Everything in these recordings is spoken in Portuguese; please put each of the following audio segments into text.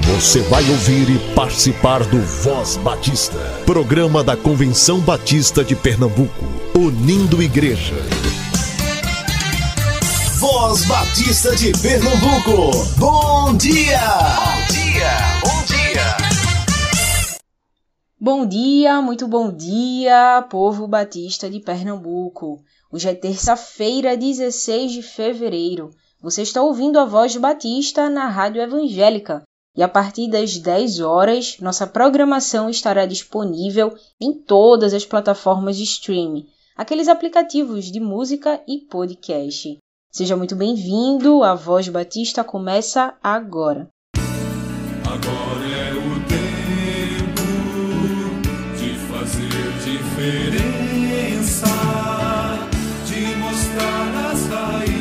Você vai ouvir e participar do Voz Batista, programa da Convenção Batista de Pernambuco, unindo igreja. Voz Batista de Pernambuco, bom dia! Bom dia, bom dia! Bom dia, muito bom dia, povo batista de Pernambuco. Hoje é terça-feira, 16 de fevereiro. Você está ouvindo a Voz Batista na Rádio Evangélica. E a partir das 10 horas, nossa programação estará disponível em todas as plataformas de streaming, aqueles aplicativos de música e podcast. Seja muito bem-vindo, a Voz Batista começa agora. Agora é o tempo de fazer diferença, de mostrar as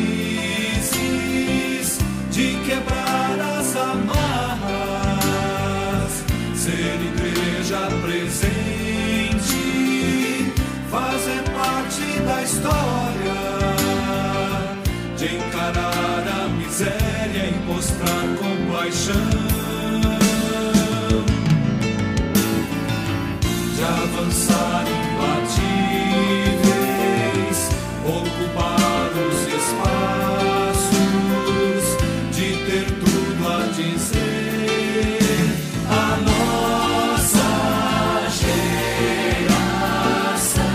raízes, de quebrar as amarras, ser igreja presente, fazer parte da história, de encarar a miséria e mostrar compaixão, de avançar imbatíveis, ocupar os espaços, de ter tudo a dizer, a nossa geração,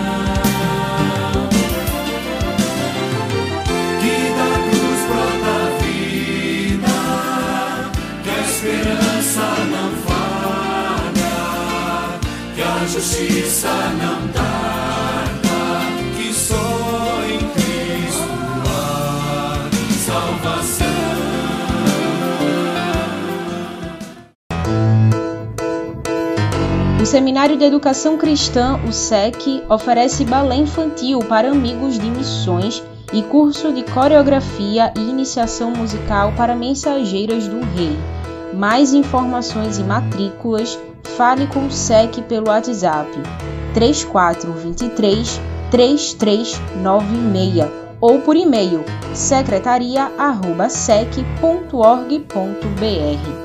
que da cruz brota a vida, que a esperança não falha, que a justiça não tarda, que só em Cristo há salvação. O Seminário de Educação Cristã, o SEC, oferece balé infantil para amigos de missões e curso de coreografia e iniciação musical para mensageiras do Rei. Mais informações e matrículas, fale com o SEC pelo WhatsApp 3423-3396 ou por e-mail secretaria@sec.org.br.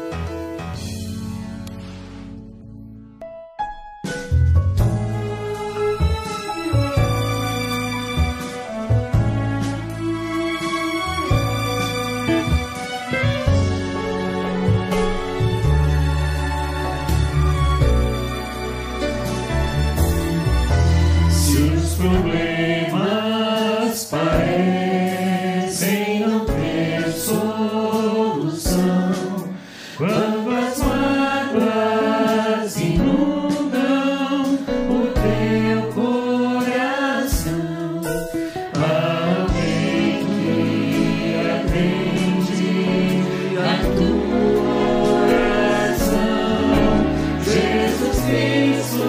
Problemas parecem não ter solução quando as mágoas inundam o teu coração. Alguém que atende a tua oração, Jesus Cristo,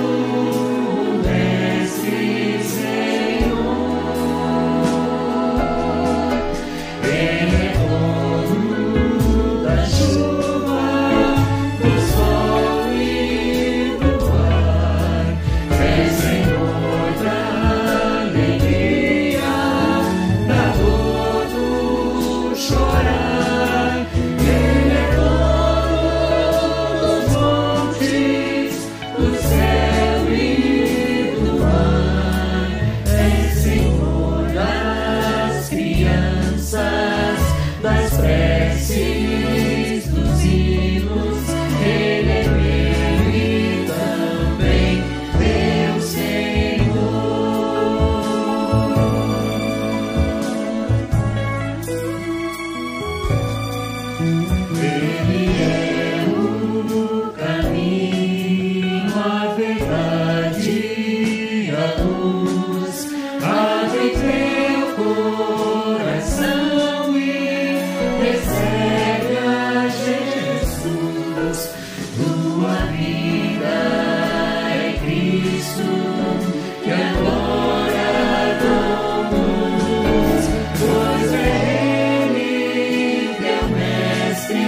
Mestre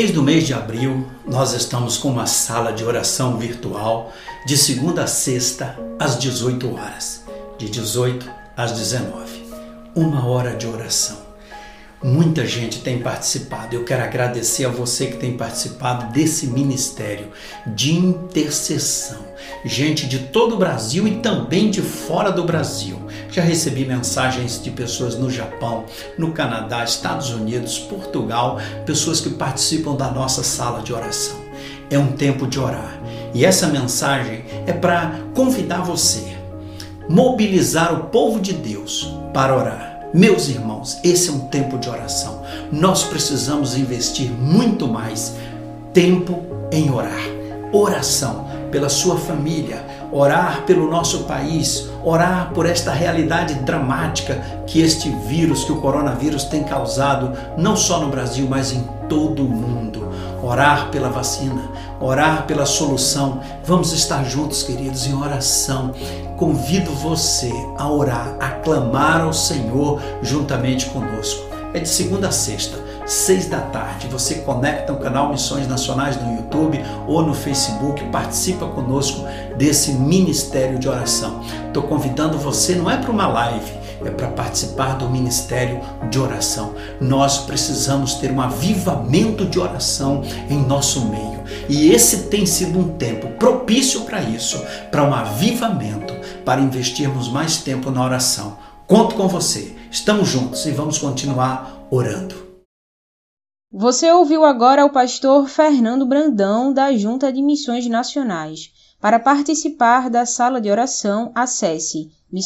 Desde o mês de abril, nós estamos com uma sala de oração virtual de segunda a sexta às 18 horas, de 18 às 19. 1 hora de oração. Muita gente tem participado. Eu quero agradecer a você que tem participado desse ministério de intercessão. Gente de todo o Brasil e também de fora do Brasil. Já recebi mensagens de pessoas no Japão, no Canadá, Estados Unidos, Portugal, pessoas que participam da nossa sala de oração. É um tempo de orar. E essa mensagem é para convidar você, mobilizar o povo de Deus para orar. Meus irmãos, esse é um tempo de oração. Nós precisamos investir muito mais tempo em orar. Oração pela sua família, orar pelo nosso país, orar por esta realidade dramática que este vírus, que o coronavírus tem causado, não só no Brasil, mas em todo o mundo. Orar pela vacina, orar pela solução. Vamos estar juntos, queridos, em oração. Convido você a orar, a clamar ao Senhor juntamente conosco. É de segunda a sexta, 6 da tarde. Você conecta o canal Missões Nacionais no YouTube ou no Facebook, participa conosco desse ministério de oração. Estou convidando você, não é para uma live, é para participar do ministério de oração. Nós precisamos ter um avivamento de oração em nosso meio. E esse tem sido um tempo propício para isso, para um avivamento, para investirmos mais tempo na oração. Conto com você. Estamos juntos e vamos continuar orando. Você ouviu agora o pastor Fernando Brandão, da Junta de Missões Nacionais. Para participar da sala de oração, acesse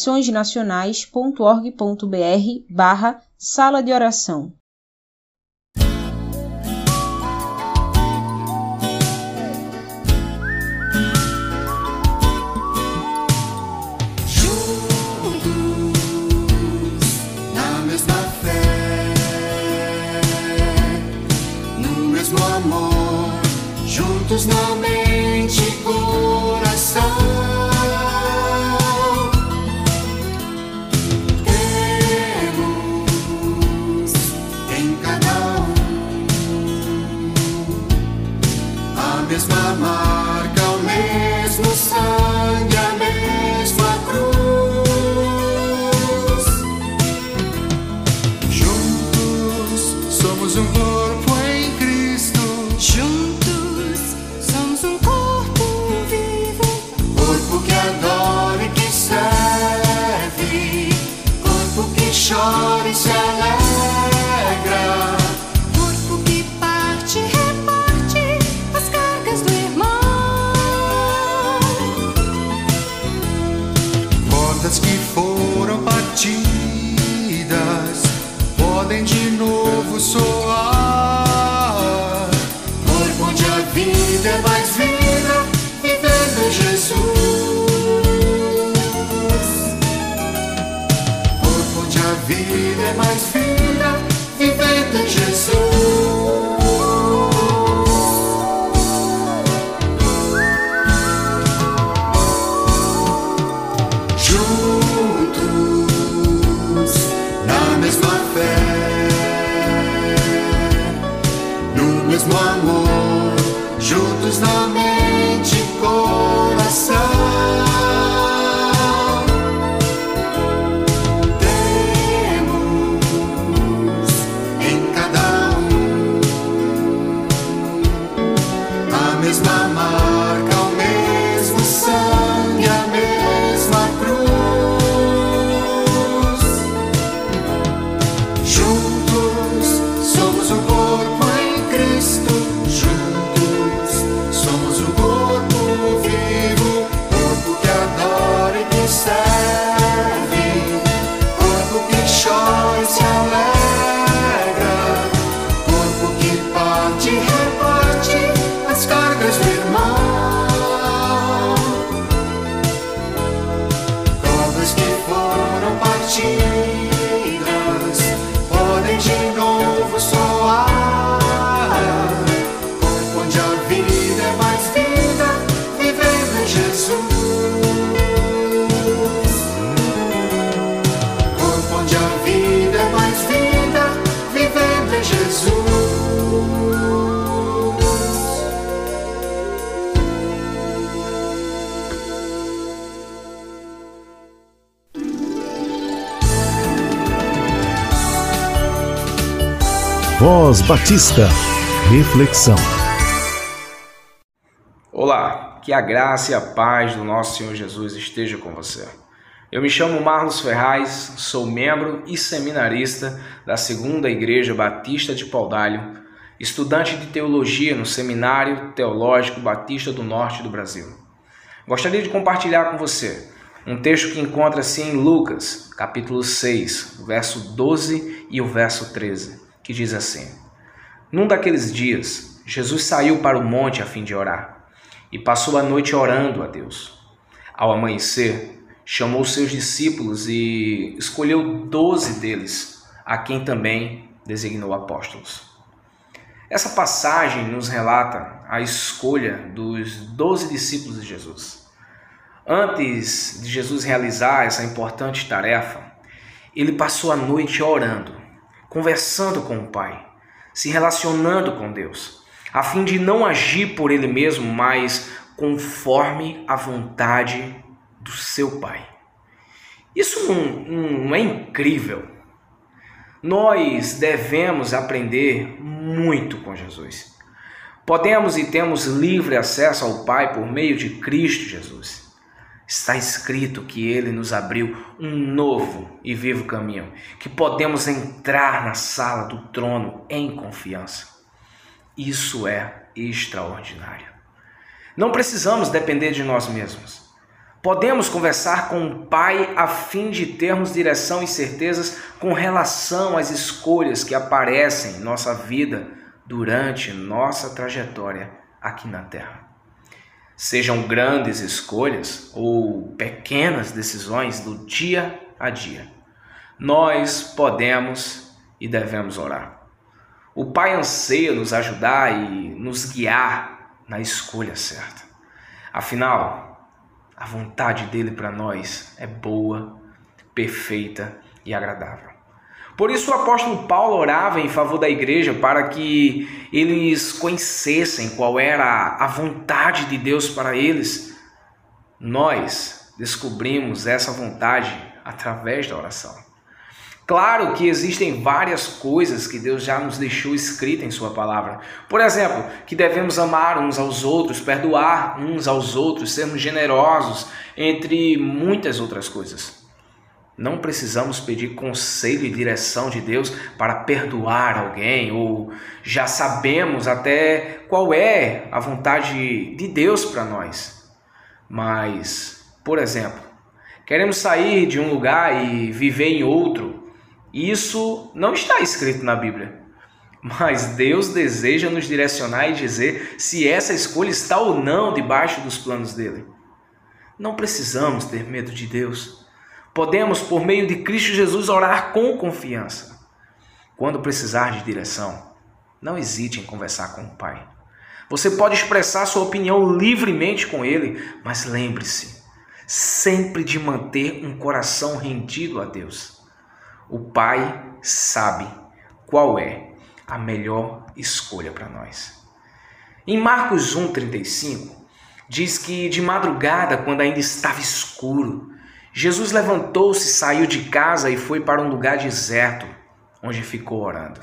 missõesnacionais.org.br/sala de oração. Juntos na mente e coração, temos Voz Batista. Reflexão. Olá, que a graça e a paz do nosso Senhor Jesus esteja com você. Eu me chamo Marlos Ferraz, sou membro e seminarista da Segunda Igreja Batista de Paudalho, estudante de teologia no Seminário Teológico Batista do Norte do Brasil. Gostaria de compartilhar com você um texto que encontra-se em Lucas, capítulo 6, verso 12 e o verso 13, que diz assim: Num daqueles dias, Jesus saiu para o monte a fim de orar, e passou a noite orando a Deus. Ao amanhecer, chamou seus discípulos e escolheu 12 deles, a quem também designou apóstolos. Essa passagem nos relata a escolha dos 12 discípulos de Jesus. Antes de Jesus realizar essa importante tarefa, ele passou a noite orando, conversando com o Pai, se relacionando com Deus, a fim de não agir por ele mesmo, mas conforme a vontade do seu Pai. Isso não é incrível? Nós devemos aprender muito com Jesus. Podemos e temos livre acesso ao Pai por meio de Cristo Jesus. Está escrito que Ele nos abriu um novo e vivo caminho, que podemos entrar na sala do trono em confiança. Isso é extraordinário. Não precisamos depender de nós mesmos. Podemos conversar com o Pai a fim de termos direção e certezas com relação às escolhas que aparecem em nossa vida durante nossa trajetória aqui na Terra. Sejam grandes escolhas ou pequenas decisões do dia a dia, nós podemos e devemos orar. O Pai anseia nos ajudar e nos guiar na escolha certa. Afinal, a vontade dele para nós é boa, perfeita e agradável. Por isso o apóstolo Paulo orava em favor da igreja para que eles conhecessem qual era a vontade de Deus para eles. Nós descobrimos essa vontade através da oração. Claro que existem várias coisas que Deus já nos deixou escrita em sua palavra. Por exemplo, que devemos amar uns aos outros, perdoar uns aos outros, sermos generosos, entre muitas outras coisas. Não precisamos pedir conselho e direção de Deus para perdoar alguém, ou já sabemos até qual é a vontade de Deus para nós. Mas, por exemplo, queremos sair de um lugar e viver em outro. Isso não está escrito na Bíblia. Mas Deus deseja nos direcionar e dizer se essa escolha está ou não debaixo dos planos dele. Não precisamos ter medo de Deus. Podemos, por meio de Cristo Jesus, orar com confiança. Quando precisar de direção, não hesite em conversar com o Pai. Você pode expressar sua opinião livremente com Ele, mas lembre-se sempre de manter um coração rendido a Deus. O Pai sabe qual é a melhor escolha para nós. Em Marcos 1,35, diz que de madrugada, quando ainda estava escuro, Jesus levantou-se, saiu de casa e foi para um lugar deserto, onde ficou orando.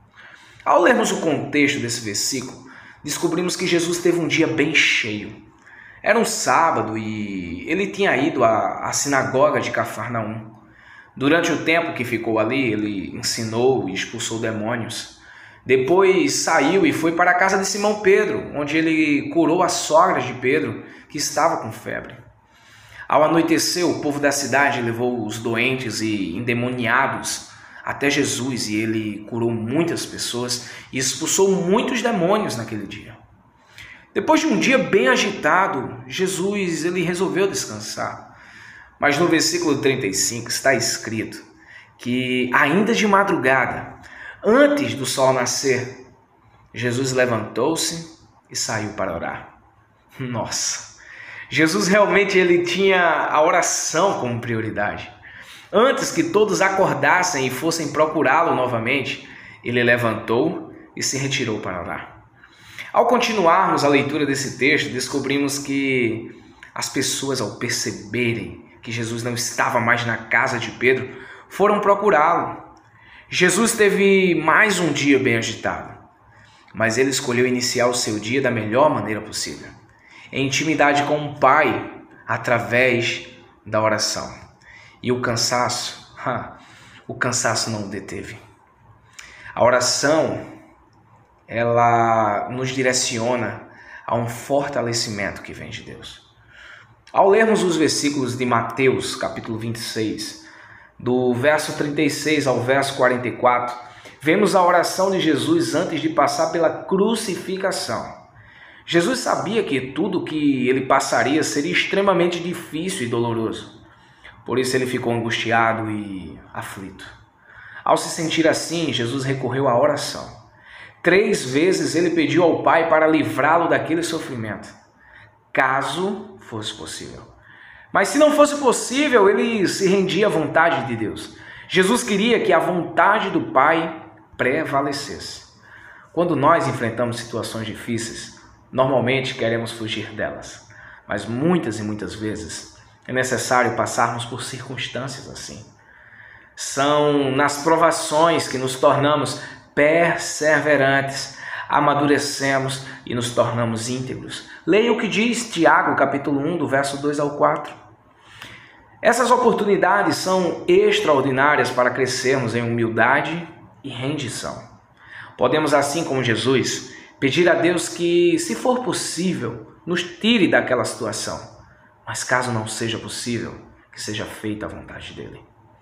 Ao lermos o contexto desse versículo, descobrimos que Jesus teve um dia bem cheio. Era um sábado e ele tinha ido à sinagoga de Cafarnaum. Durante o tempo que ficou ali, ele ensinou e expulsou demônios. Depois saiu e foi para a casa de Simão Pedro, onde ele curou a sogra de Pedro, que estava com febre. Ao anoitecer, o povo da cidade levou os doentes e endemoniados até Jesus e ele curou muitas pessoas e expulsou muitos demônios naquele dia. Depois de um dia bem agitado, Jesus ele resolveu descansar. Mas no versículo 35 está escrito que ainda de madrugada, antes do sol nascer, Jesus levantou-se e saiu para orar. Nossa! Jesus realmente ele tinha a oração como prioridade. Antes que todos acordassem e fossem procurá-lo novamente, ele levantou e se retirou para orar. Ao continuarmos a leitura desse texto, descobrimos que as pessoas, ao perceberem que Jesus não estava mais na casa de Pedro, foram procurá-lo. Jesus teve mais um dia bem agitado, mas ele escolheu iniciar o seu dia da melhor maneira possível, em intimidade com o Pai, através da oração. E o cansaço não o deteve. A oração, ela nos direciona a um fortalecimento que vem de Deus. Ao lermos os versículos de Mateus, capítulo 26, do verso 36 ao verso 44, vemos a oração de Jesus antes de passar pela crucificação. Jesus sabia que tudo que ele passaria seria extremamente difícil e doloroso. Por isso ele ficou angustiado e aflito. Ao se sentir assim, Jesus recorreu à oração. 3 vezes ele pediu ao Pai para livrá-lo daquele sofrimento, caso fosse possível. Mas se não fosse possível, ele se rendia à vontade de Deus. Jesus queria que a vontade do Pai prevalecesse. Quando nós enfrentamos situações difíceis, normalmente queremos fugir delas. Mas muitas e muitas vezes é necessário passarmos por circunstâncias assim. São nas provações que nos tornamos perseverantes, amadurecemos e nos tornamos íntegros. Leia o que diz Tiago, capítulo 1, do verso 2 ao 4. Essas oportunidades são extraordinárias para crescermos em humildade e rendição. Podemos, assim como Jesus, pedir a Deus que, se for possível, nos tire daquela situação. Mas caso não seja possível, que seja feita a vontade dele.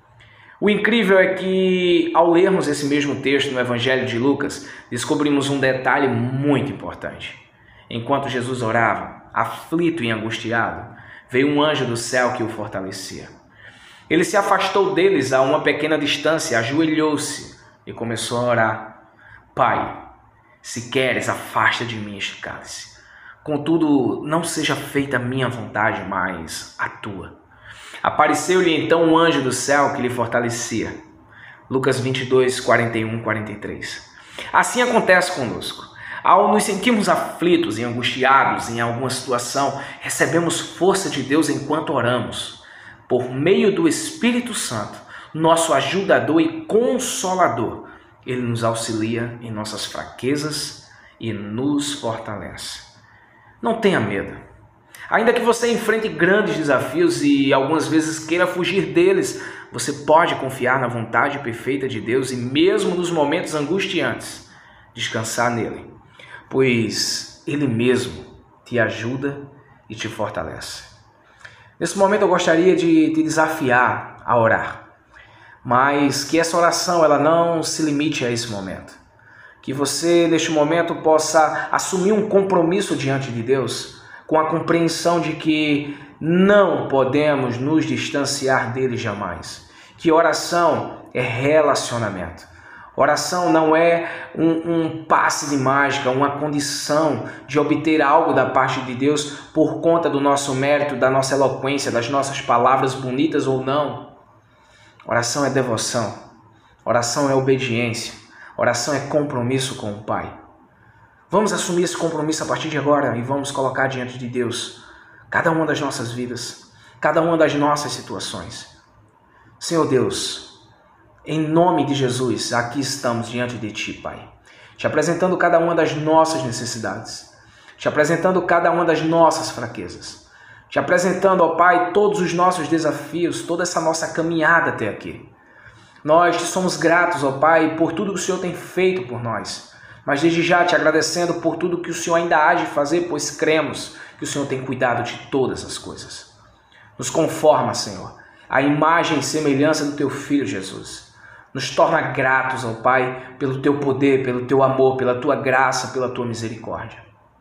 O incrível é que, ao lermos esse mesmo texto no Evangelho de Lucas, descobrimos um detalhe muito importante. Enquanto Jesus orava, aflito e angustiado, veio um anjo do céu que o fortalecia. Ele se afastou deles a uma pequena distância, ajoelhou-se e começou a orar. Pai, se queres, afasta de mim este cálice. Contudo, não seja feita a minha vontade, mas a tua. Apareceu-lhe então um anjo do céu que lhe fortalecia. Lucas 22, 41, 43. Assim acontece conosco. Ao nos sentirmos aflitos e angustiados em alguma situação, recebemos força de Deus enquanto oramos. Por meio do Espírito Santo, nosso ajudador e consolador, ele nos auxilia em nossas fraquezas e nos fortalece. Não tenha medo. Ainda que você enfrente grandes desafios e algumas vezes queira fugir deles, você pode confiar na vontade perfeita de Deus e mesmo nos momentos angustiantes, descansar nele, pois ele mesmo te ajuda e te fortalece. Nesse momento eu gostaria de te desafiar a orar, mas que essa oração ela não se limite a esse momento. Que você neste momento possa assumir um compromisso diante de Deus, com a compreensão de que não podemos nos distanciar dele jamais. Que oração é relacionamento. Oração não é um passe de mágica, uma condição de obter algo da parte de Deus por conta do nosso mérito, da nossa eloquência, das nossas palavras bonitas ou não. Oração é devoção. Oração é obediência. Oração é compromisso com o Pai. Vamos assumir esse compromisso a partir de agora e vamos colocar diante de Deus cada uma das nossas vidas, cada uma das nossas situações. Senhor Deus, em nome de Jesus, aqui estamos diante de Ti, Pai, te apresentando cada uma das nossas necessidades, te apresentando cada uma das nossas fraquezas, te apresentando, ó Pai, todos os nossos desafios, toda essa nossa caminhada até aqui. Nós te somos gratos, ó Pai, por tudo que o Senhor tem feito por nós. Mas desde já te agradecendo por tudo que o Senhor ainda há de fazer, pois cremos que o Senhor tem cuidado de todas as coisas. Nos conforma, Senhor, a imagem e semelhança do Teu Filho Jesus. Nos torna gratos, ó Pai, pelo Teu poder, pelo Teu amor, pela Tua graça, pela Tua misericórdia.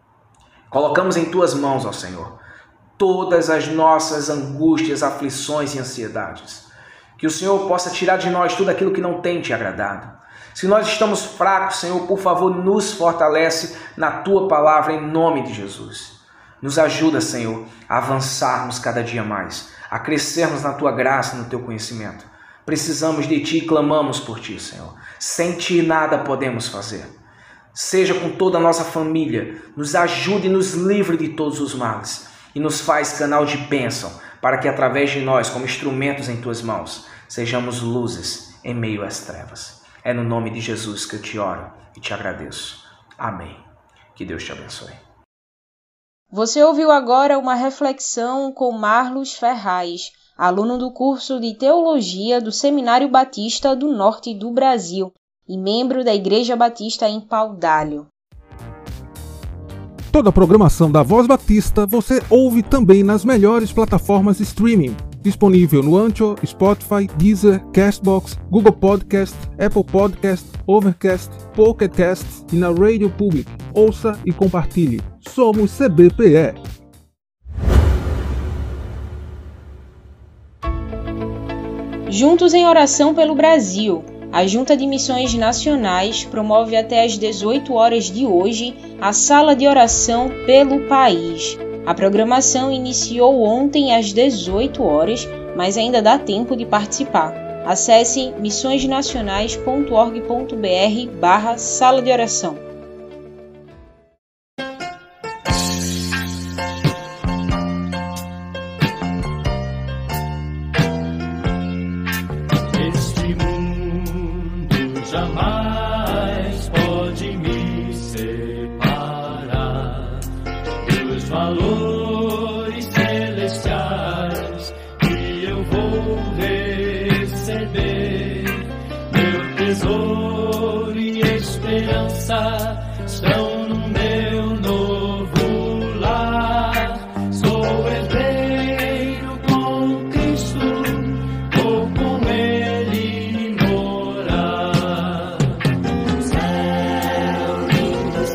Colocamos em Tuas mãos, ó Senhor, todas as nossas angústias, aflições e ansiedades. Que o Senhor possa tirar de nós tudo aquilo que não tem Te agradado. Se nós estamos fracos, Senhor, por favor, nos fortalece na Tua palavra, em nome de Jesus. Nos ajuda, Senhor, a avançarmos cada dia mais, a crescermos na Tua graça, no Teu conhecimento. Precisamos de Ti e clamamos por Ti, Senhor. Sem Ti nada podemos fazer. Seja com toda a nossa família, nos ajude e nos livre de todos os males e nos faz canal de bênção, para que através de nós, como instrumentos em Tuas mãos, sejamos luzes em meio às trevas. É no nome de Jesus que eu te oro e te agradeço. Amém. Que Deus te abençoe. Você ouviu agora uma reflexão com Marlos Ferraz, aluno do curso de Teologia do Seminário Batista do Norte do Brasil e membro da Igreja Batista em Paudalho. Toda a programação da Voz Batista você ouve também nas melhores plataformas de streaming. Disponível no Anchor, Spotify, Deezer, Castbox, Google Podcast, Apple Podcast, Overcast, Pocket Cast e na Radio Public. Ouça e compartilhe. Somos CBPE. Juntos em oração pelo Brasil. A Junta de Missões Nacionais promove até às 18 horas de hoje a Sala de Oração pelo País. A programação iniciou ontem às 18 horas, mas ainda dá tempo de participar. Acesse missõesnacionais.org.br/sala de oração. Este mundo jamais pode me separar dos valores celestiais que eu vou receber. Meu tesouro e esperança estão no meu novo lar. Sou herdeiro com Cristo, vou com Ele morar. Céu, lindo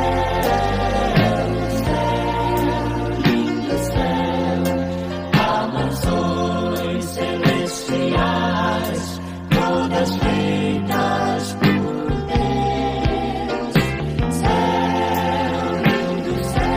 céu, há mansões celestiais, todas feitas por Deus. Céu, lindo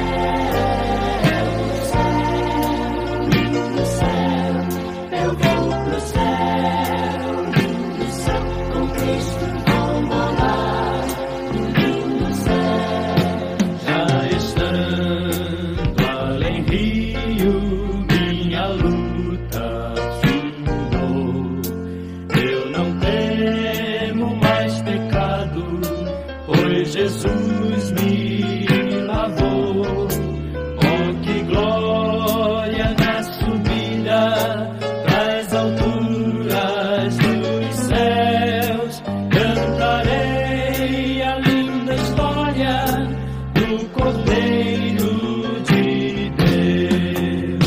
céu, eu vou pro céu, lindo céu, com Cristo vou morar no lindo céu. Já estando além rio, minha luta findou. Eu não temo mais pecado, pois Jesus me lavou. Oh, que glória na subida das alturas dos céus. Cantarei a linda história do Cordeiro de Deus.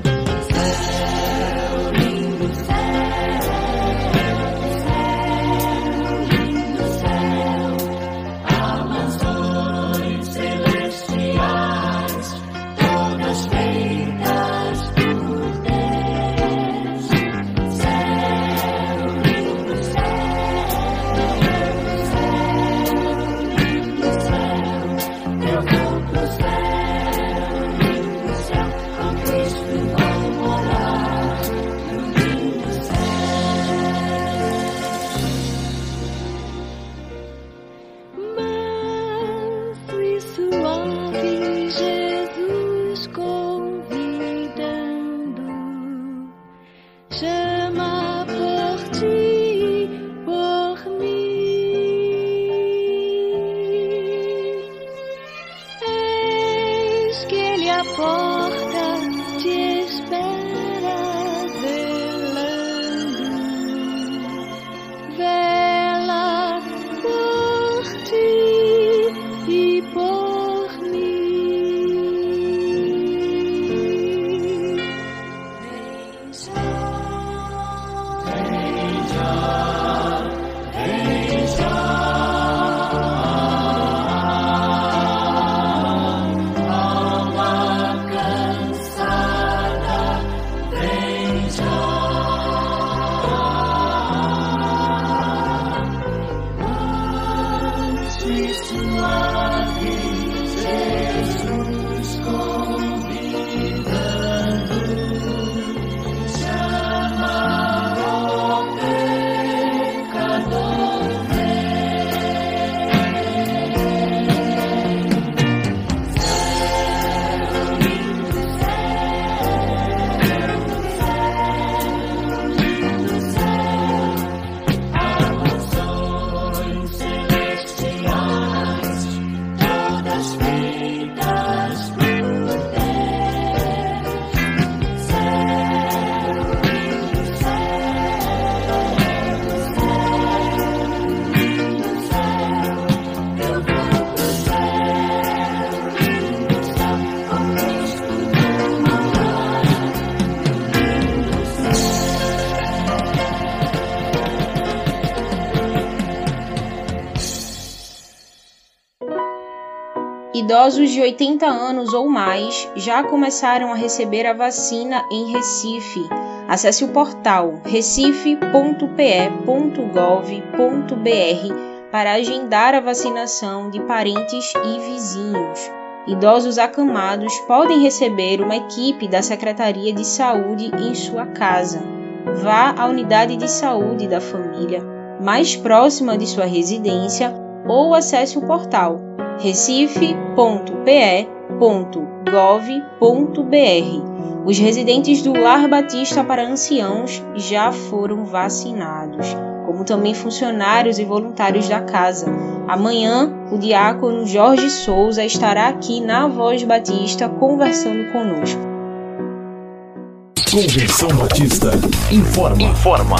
Céu, lindo céu, há mansões celestiais, todas feitas por Deus. Céu, lindo céu, eu vou pro céu, lindo céu, com Cristo vou morar no lindo Manso e suave, Jesus convidando, chama por ti, por mim. Eis que Ele à porta te Idosos de 80 anos ou mais já começaram a receber a vacina em Recife. Acesse o portal recife.pe.gov.br para agendar a vacinação de parentes e vizinhos. Idosos acamados podem receber uma equipe da Secretaria de Saúde em sua casa. Vá à unidade de saúde da família mais próxima de sua residência ou acesse o portal recife.pe.gov.br. Os residentes do Lar Batista para Anciãos já foram vacinados, como também funcionários e voluntários da casa. Amanhã, o diácono Jorge Souza estará aqui na Voz Batista conversando conosco. Convenção Batista informa.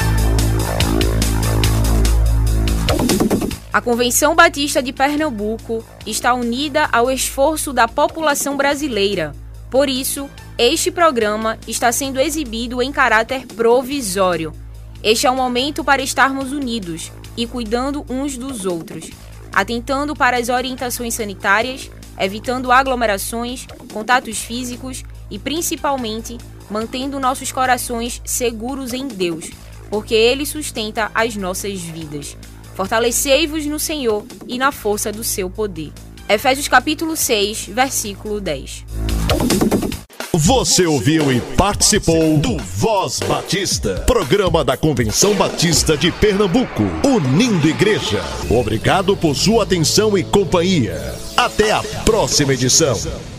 A Convenção Batista de Pernambuco está unida ao esforço da população brasileira. Por isso, este programa está sendo exibido em caráter provisório. Este é um momento para estarmos unidos e cuidando uns dos outros, atentando para as orientações sanitárias, evitando aglomerações, contatos físicos e, principalmente, mantendo nossos corações seguros em Deus, porque Ele sustenta as nossas vidas. Fortalecei-vos no Senhor e na força do seu poder. Efésios capítulo 6, versículo 10. Você ouviu e participou do Voz Batista, programa da Convenção Batista de Pernambuco, unindo igreja. Obrigado por sua atenção e companhia. Até a próxima edição.